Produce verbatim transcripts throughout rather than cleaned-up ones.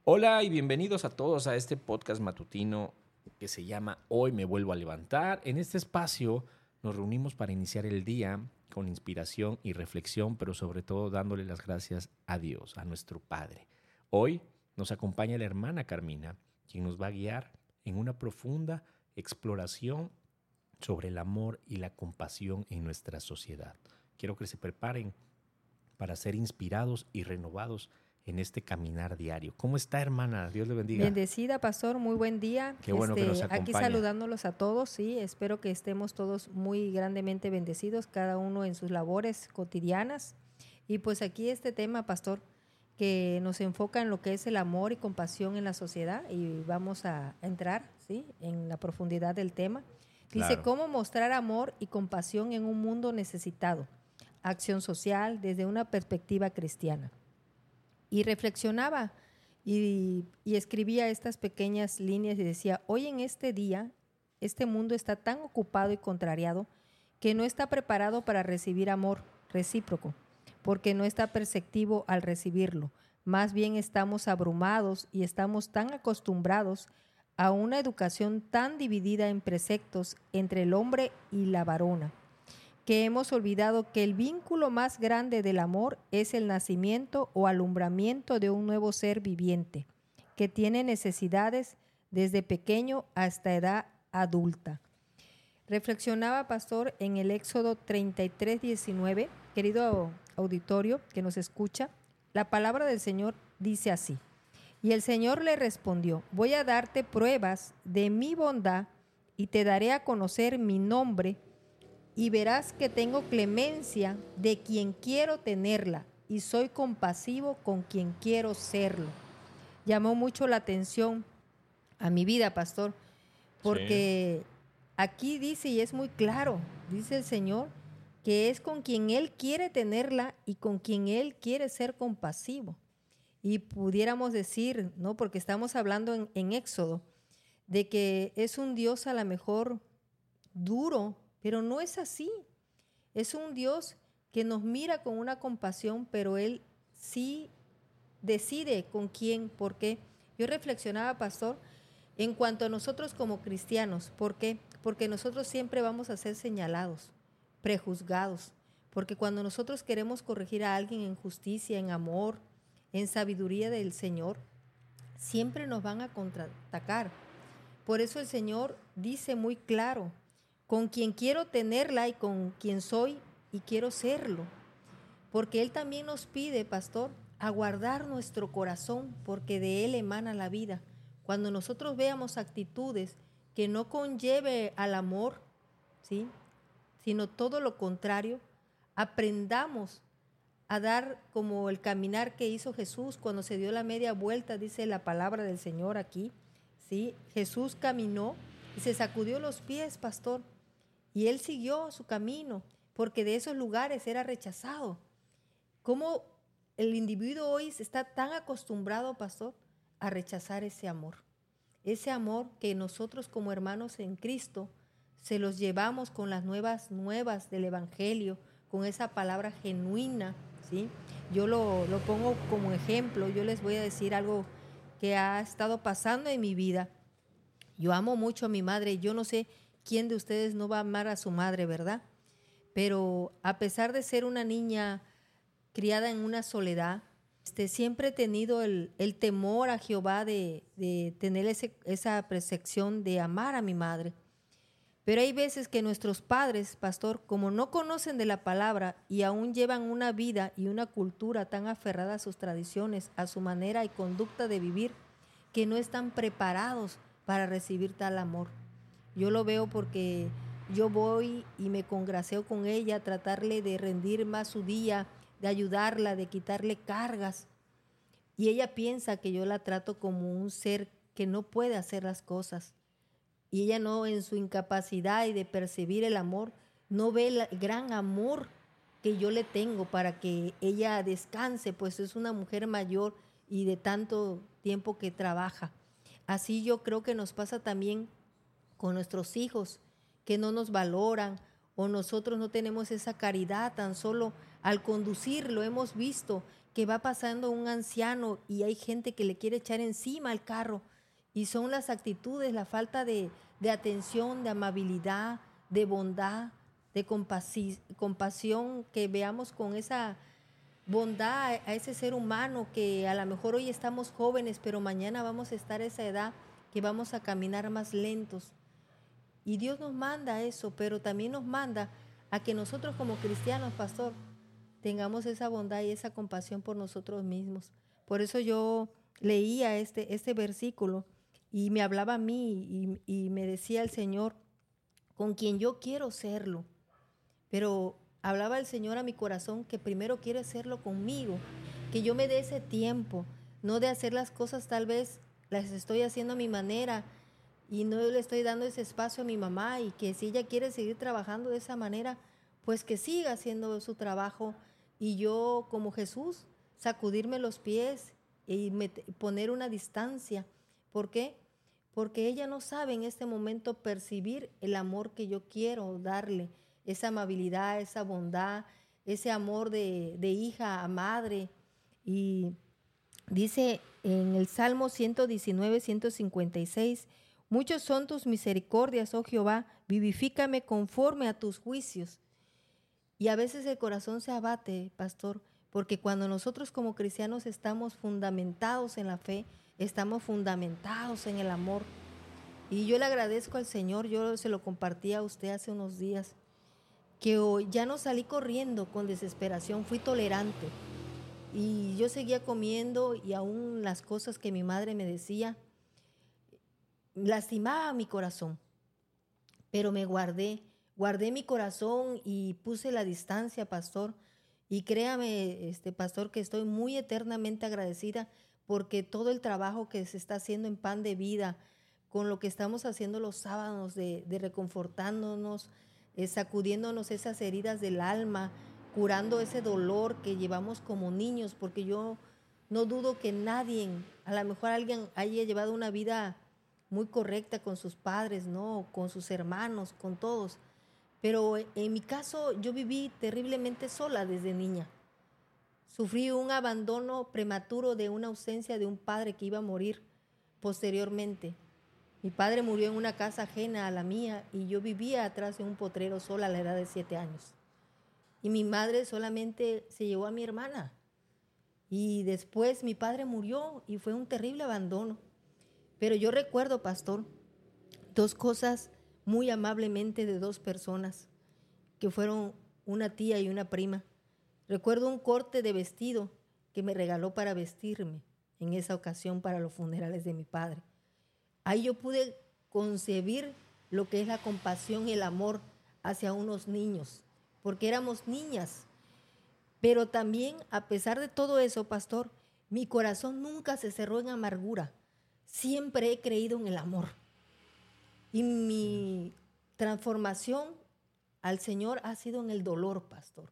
Hola y bienvenidos a todos a este podcast matutino que se llama Hoy me vuelvo a levantar. En este espacio nos reunimos para iniciar el día con inspiración y reflexión, pero sobre todo dándole las gracias a Dios, a nuestro Padre. Hoy nos acompaña la hermana Carmina, quien nos va a guiar en una profunda exploración sobre el amor y la compasión en nuestra sociedad. Quiero que se preparen para ser inspirados y renovados en este caminar diario. ¿Cómo está, hermana? Dios le bendiga. Bendecida, pastor, muy buen día. Qué bueno este, que nos acompaña. Aquí saludándolos a todos, sí, espero que estemos todos muy grandemente bendecidos, cada uno en sus labores cotidianas. Y pues aquí este tema, pastor, que nos enfoca en lo que es el amor y compasión en la sociedad, y vamos a entrar, sí, en la profundidad del tema. Dice, Claro. ¿cómo mostrar amor y compasión en un mundo necesitado? Acción social desde una perspectiva cristiana. Y reflexionaba y, y escribía estas pequeñas líneas y decía, hoy en este día, este mundo está tan ocupado y contrariado que no está preparado para recibir amor recíproco, porque no está perceptivo al recibirlo. Más bien estamos abrumados y estamos tan acostumbrados a una educación tan dividida en preceptos entre el hombre y la varona, que hemos olvidado que el vínculo más grande del amor es el nacimiento o alumbramiento de un nuevo ser viviente, que tiene necesidades desde pequeño hasta edad adulta. Reflexionaba, pastor, en el Éxodo treinta y tres, diecinueve, querido auditorio que nos escucha, la palabra del Señor dice así, y el Señor le respondió, voy a darte pruebas de mi bondad y te daré a conocer mi nombre, y verás que tengo clemencia de quien quiero tenerla y soy compasivo con quien quiero serlo. Llamó mucho la atención a mi vida, pastor, porque sí. Aquí dice, y es muy claro, dice el Señor, que es con quien Él quiere tenerla y con quien Él quiere ser compasivo. Y pudiéramos decir, ¿no? Porque estamos hablando en, en Éxodo, de que es un Dios a lo mejor duro, pero no es así. Es un Dios que nos mira con una compasión, pero Él sí decide con quién, por qué. Yo reflexionaba, pastor, en cuanto a nosotros como cristianos. ¿Por qué? Porque nosotros siempre vamos a ser señalados, prejuzgados. Porque cuando nosotros queremos corregir a alguien en justicia, en amor, en sabiduría del Señor, siempre nos van a contraatacar. Por eso el Señor dice muy claro, con quien quiero tenerla y con quien soy y quiero serlo. Porque Él también nos pide, pastor, a guardar nuestro corazón, porque de Él emana la vida. Cuando nosotros veamos actitudes que no conlleve al amor, ¿sí?, sino todo lo contrario, aprendamos a dar como el caminar que hizo Jesús cuando se dio la media vuelta, dice la palabra del Señor aquí, ¿sí? Jesús caminó y se sacudió los pies, pastor, y Él siguió su camino, porque de esos lugares era rechazado. ¿Cómo el individuo hoy está tan acostumbrado, pastor, a rechazar ese amor? Ese amor que nosotros como hermanos en Cristo se los llevamos con las nuevas nuevas del Evangelio, con esa palabra genuina, ¿sí? Yo lo, lo pongo como ejemplo. Yo les voy a decir algo que ha estado pasando en mi vida. Yo amo mucho a mi madre. Yo no sé quién de ustedes no va a amar a su madre, ¿verdad? Pero a pesar de ser una niña criada en una soledad, este, siempre he tenido el, el temor a Jehová de, de tener ese, esa percepción de amar a mi madre. Pero hay veces que nuestros padres, pastor, como no conocen de la palabra y aún llevan una vida y una cultura tan aferrada a sus tradiciones, a su manera y conducta de vivir, que no están preparados para recibir tal amor. Yo lo veo porque yo voy y me congraceo con ella, a tratarle de rendir más su día, de ayudarla, de quitarle cargas. Y ella piensa que yo la trato como un ser que no puede hacer las cosas. Y ella no, en su incapacidad y de percibir el amor, no ve el gran amor que yo le tengo para que ella descanse, pues es una mujer mayor y de tanto tiempo que trabaja. Así yo creo que nos pasa también con nuestros hijos, que no nos valoran, o nosotros no tenemos esa caridad. Tan solo al conducirlo hemos visto que va pasando un anciano y hay gente que le quiere echar encima al carro. Y son las actitudes, la falta de, de atención, de amabilidad, de bondad, de compasi- compasión, que veamos con esa bondad a, a ese ser humano que a lo mejor hoy estamos jóvenes, pero mañana vamos a estar a esa edad que vamos a caminar más lentos. Y Dios nos manda eso, pero también nos manda a que nosotros como cristianos, pastor, tengamos esa bondad y esa compasión por nosotros mismos. Por eso yo leía este, este versículo y me hablaba a mí y, y me decía el Señor, con quien yo quiero serlo. Pero hablaba el Señor a mi corazón que primero quiere hacerlo conmigo, que yo me dé ese tiempo, no de hacer las cosas tal vez las estoy haciendo a mi manera y no le estoy dando ese espacio a mi mamá, y que si ella quiere seguir trabajando de esa manera, pues que siga haciendo su trabajo, y yo como Jesús sacudirme los pies y met- poner una distancia. ¿Por qué? Porque ella no sabe en este momento percibir el amor que yo quiero darle, esa amabilidad, esa bondad, ese amor de, de hija a madre. Y dice en el Salmo ciento diecinueve, ciento cincuenta y seis, muchos son tus misericordias, oh Jehová, vivifícame conforme a tus juicios. Y a veces el corazón se abate, pastor, porque cuando nosotros como cristianos estamos fundamentados en la fe, estamos fundamentados en el amor. Y yo le agradezco al Señor, yo se lo compartí a usted hace unos días, que hoy ya no salí corriendo con desesperación, fui tolerante. Y yo seguía comiendo, y aún las cosas que mi madre me decía lastimaba mi corazón, pero me guardé, guardé mi corazón y puse la distancia, pastor. Y créame, este pastor, que estoy muy eternamente agradecida porque todo el trabajo que se está haciendo en Pan de Vida, con lo que estamos haciendo los sábados de, de reconfortándonos, eh, sacudiéndonos esas heridas del alma, curando ese dolor que llevamos como niños, porque yo no dudo que nadie, a lo mejor alguien haya llevado una vida muy correcta con sus padres, ¿no? Con sus hermanos, con todos. Pero en mi caso yo viví terriblemente sola desde niña. Sufrí un abandono prematuro de una ausencia de un padre que iba a morir posteriormente. Mi padre murió en una casa ajena a la mía y yo vivía atrás de un potrero sola a la edad de siete años. Y mi madre solamente se llevó a mi hermana. Y después mi padre murió y fue un terrible abandono. Pero yo recuerdo, pastor, dos cosas muy amablemente de dos personas que fueron una tía y una prima. Recuerdo un corte de vestido que me regaló para vestirme en esa ocasión para los funerales de mi padre. Ahí yo pude concebir lo que es la compasión y el amor hacia unos niños, porque éramos niñas. Pero también, a pesar de todo eso, pastor, mi corazón nunca se cerró en amargura. Siempre he creído en el amor. Y mi transformación al Señor ha sido en el dolor, pastor.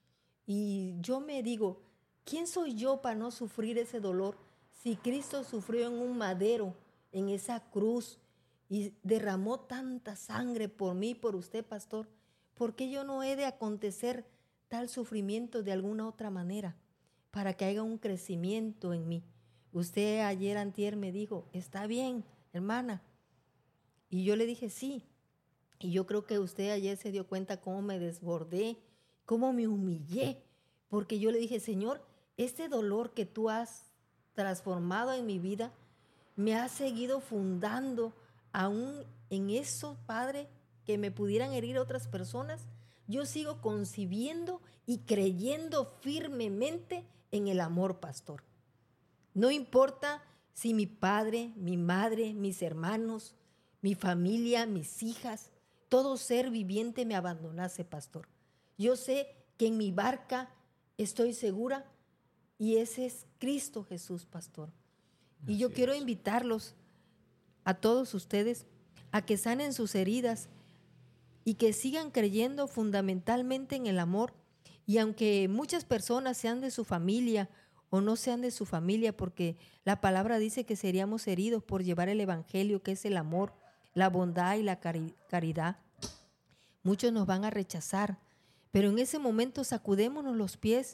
Y yo me digo, ¿quién soy yo para no sufrir ese dolor si Cristo sufrió en un madero, en esa cruz, y derramó tanta sangre por mí, por usted, pastor? ¿Por qué yo no he de acontecer tal sufrimiento de alguna otra manera para que haya un crecimiento en mí? Usted ayer antier me dijo, está bien, hermana. Y yo le dije, sí. Y yo creo que usted ayer se dio cuenta cómo me desbordé, cómo me humillé, porque yo le dije, Señor, este dolor que tú has transformado en mi vida me ha seguido fundando aún en eso, Padre, que me pudieran herir otras personas. Yo sigo concibiendo y creyendo firmemente en el amor, pastor. No importa si mi padre, mi madre, mis hermanos, mi familia, mis hijas, todo ser viviente me abandonase, pastor. Yo sé que en mi barca estoy segura y ese es Cristo Jesús, pastor. Y yo quiero invitarlos a todos ustedes a que sanen sus heridas y que sigan creyendo fundamentalmente en el amor. Y aunque muchas personas sean de su familia o no sean de su familia, porque la palabra dice que seríamos heridos por llevar el evangelio, que es el amor, la bondad y la cari- caridad. Muchos nos van a rechazar, pero en ese momento sacudémonos los pies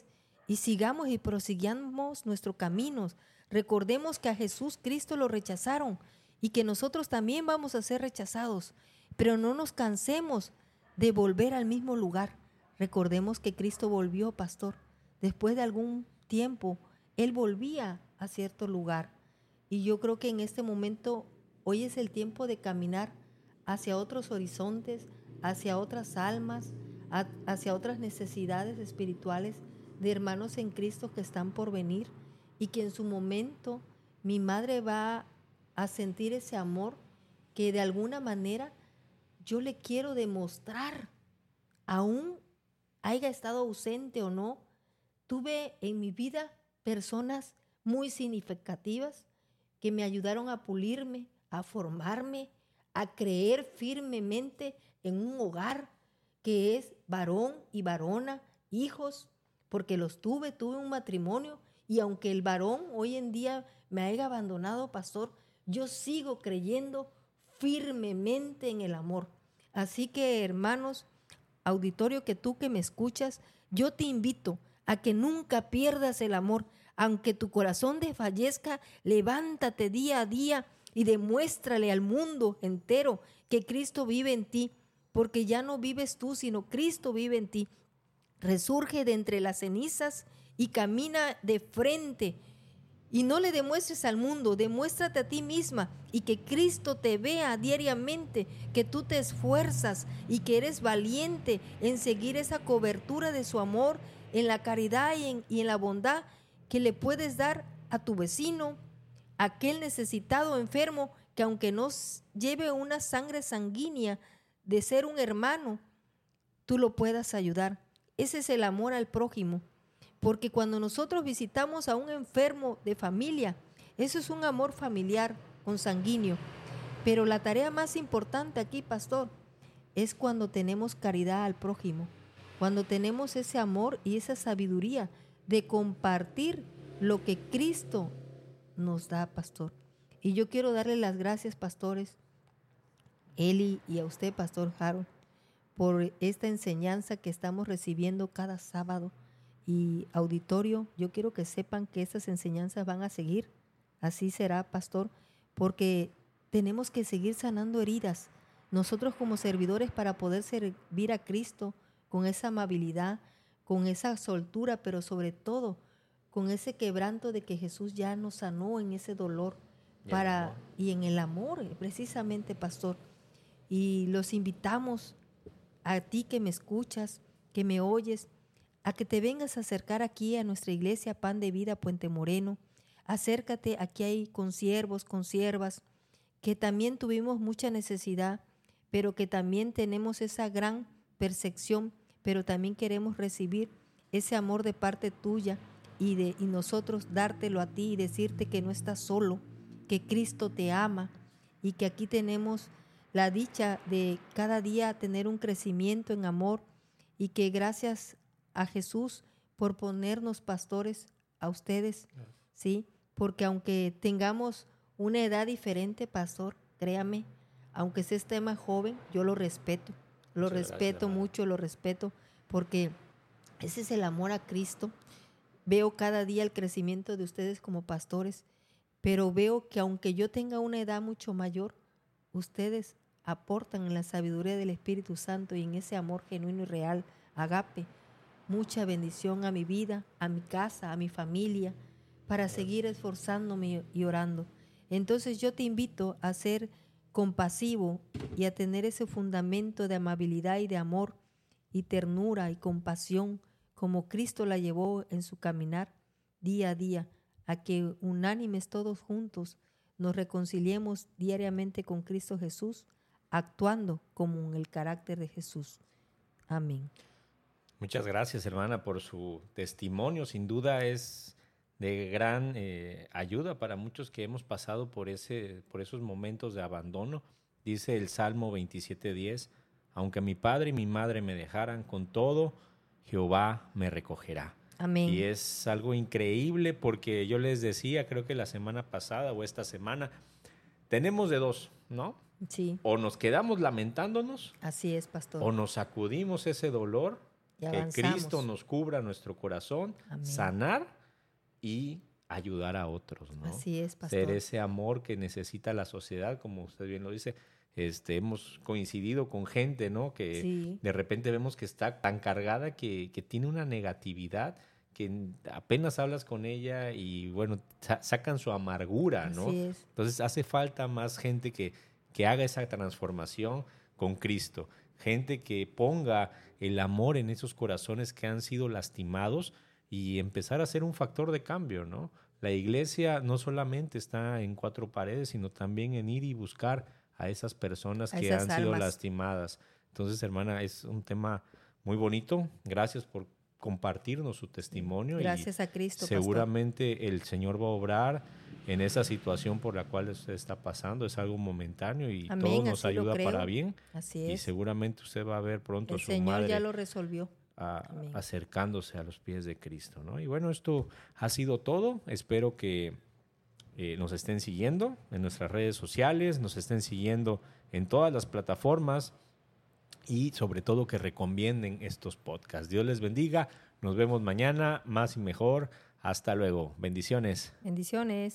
y sigamos y prosigamos nuestros caminos. Recordemos que a Jesús Cristo lo rechazaron y que nosotros también vamos a ser rechazados, pero no nos cansemos de volver al mismo lugar. Recordemos que Cristo volvió, pastor. Después de algún tiempo, Él volvía a cierto lugar. Y yo creo que en este momento, hoy es el tiempo de caminar hacia otros horizontes, hacia otras almas, a, hacia otras necesidades espirituales de hermanos en Cristo que están por venir y que en su momento mi madre va a sentir ese amor que de alguna manera yo le quiero demostrar, aún haya estado ausente o no. Tuve en mi vida personas muy significativas que me ayudaron a pulirme, a formarme, a creer firmemente en un hogar que es varón y varona, hijos, porque los tuve, tuve un matrimonio, y aunque el varón hoy en día me haya abandonado, pastor, yo sigo creyendo firmemente en el amor. Así que, hermanos, auditorio, que tú que me escuchas, yo te invito a que nunca pierdas el amor. Aunque tu corazón desfallezca, levántate día a día y demuéstrale al mundo entero que Cristo vive en ti, porque ya no vives tú, sino Cristo vive en ti. Resurge de entre las cenizas y camina de frente. Y no le demuestres al mundo, demuéstrate a ti misma y que Cristo te vea diariamente, que tú te esfuerzas y que eres valiente en seguir esa cobertura de su amor, en la caridad y en, y en la bondad que le puedes dar a tu vecino, a aquel necesitado, enfermo, que aunque no lleve una sangre sanguínea de ser un hermano, tú lo puedas ayudar. Ese es el amor al prójimo. Porque cuando nosotros visitamos a un enfermo de familia, eso es un amor familiar, consanguíneo. Pero la tarea más importante aquí, pastor, es cuando tenemos caridad al prójimo, cuando tenemos ese amor y esa sabiduría de compartir lo que Cristo nos da, pastor. Y yo quiero darle las gracias, pastores, Eli, y a usted, pastor Harold, por esta enseñanza que estamos recibiendo cada sábado. Y auditorio, yo quiero que sepan que estas enseñanzas van a seguir. Así será, pastor, porque tenemos que seguir sanando heridas. Nosotros como servidores, para poder servir a Cristo con esa amabilidad, con esa soltura, pero sobre todo con ese quebranto de que Jesús ya nos sanó en ese dolor y, para, y en el amor, precisamente, pastor. Y los invitamos a ti que me escuchas, que me oyes, a que te vengas a acercar aquí a nuestra iglesia Pan de Vida Puente Moreno. Acércate, aquí hay consiervos, consiervas, que también tuvimos mucha necesidad, pero que también tenemos esa gran percepción, pero también queremos recibir ese amor de parte tuya y, de, y nosotros dártelo a ti y decirte que no estás solo, que Cristo te ama y que aquí tenemos la dicha de cada día tener un crecimiento en amor y que gracias a Jesús por ponernos pastores a ustedes, ¿sí? Porque aunque tengamos una edad diferente, pastor, créame, aunque se esté más joven, yo lo respeto, lo Muchas respeto gracias, mucho, lo respeto, porque ese es el amor a Cristo. Veo cada día el crecimiento de ustedes como pastores, pero veo que aunque yo tenga una edad mucho mayor, ustedes aportan en la sabiduría del Espíritu Santo y en ese amor genuino y real, agape, mucha bendición a mi vida, a mi casa, a mi familia, para Gracias. Seguir esforzándome y orando. Entonces yo te invito a ser compasivo y a tener ese fundamento de amabilidad y de amor y ternura y compasión como Cristo la llevó en su caminar día a día, a que unánimes todos juntos nos reconciliemos diariamente con Cristo Jesús, actuando como en el carácter de Jesús. Amén. Muchas gracias, hermana, por su testimonio. Sin duda es de gran eh, ayuda para muchos que hemos pasado por, ese, por esos momentos de abandono. Dice el Salmo veintisiete diez, aunque mi padre y mi madre me dejaran, con todo Jehová me recogerá. Amén. Y es algo increíble porque yo les decía, creo que la semana pasada o esta semana, tenemos de dos, ¿no? Sí. O nos quedamos lamentándonos. Así es, pastor. O nos sacudimos ese dolor Y que avanzamos. Cristo nos cubra nuestro corazón, Amén. sanar y ayudar a otros, ¿no? Así es, pastor. Ser ese amor que necesita la sociedad, como usted bien lo dice. Este, hemos coincidido con gente, ¿no? Que Sí. de repente vemos que está tan cargada que, que tiene una negatividad que apenas hablas con ella y, bueno, sa- sacan su amargura, ¿no? Así es. Entonces hace falta más gente que, que haga esa transformación con Cristo. Gente que ponga el amor en esos corazones que han sido lastimados y empezar a ser un factor de cambio, ¿no? La iglesia no solamente está en cuatro paredes, sino también en ir y buscar a esas personas A que esas han sido almas. lastimadas. Entonces, hermana, es un tema muy bonito. Gracias por compartirnos su testimonio. Gracias y a Cristo, seguramente el Señor va a obrar en esa situación por la cual usted está pasando. Es algo momentáneo y Amén, todo nos así lo ayuda creo. para bien. pastor. Así Y es. seguramente usted va a ver pronto El a su Señor madre ya lo resolvió. a- Amén. acercándose a los pies de Cristo, ¿no? Y bueno, esto ha sido todo. Espero que eh, nos estén siguiendo en nuestras redes sociales, nos estén siguiendo en todas las plataformas y sobre todo que recomienden estos podcasts. Dios les bendiga. Nos vemos mañana, más y mejor. Hasta luego. Bendiciones. Bendiciones.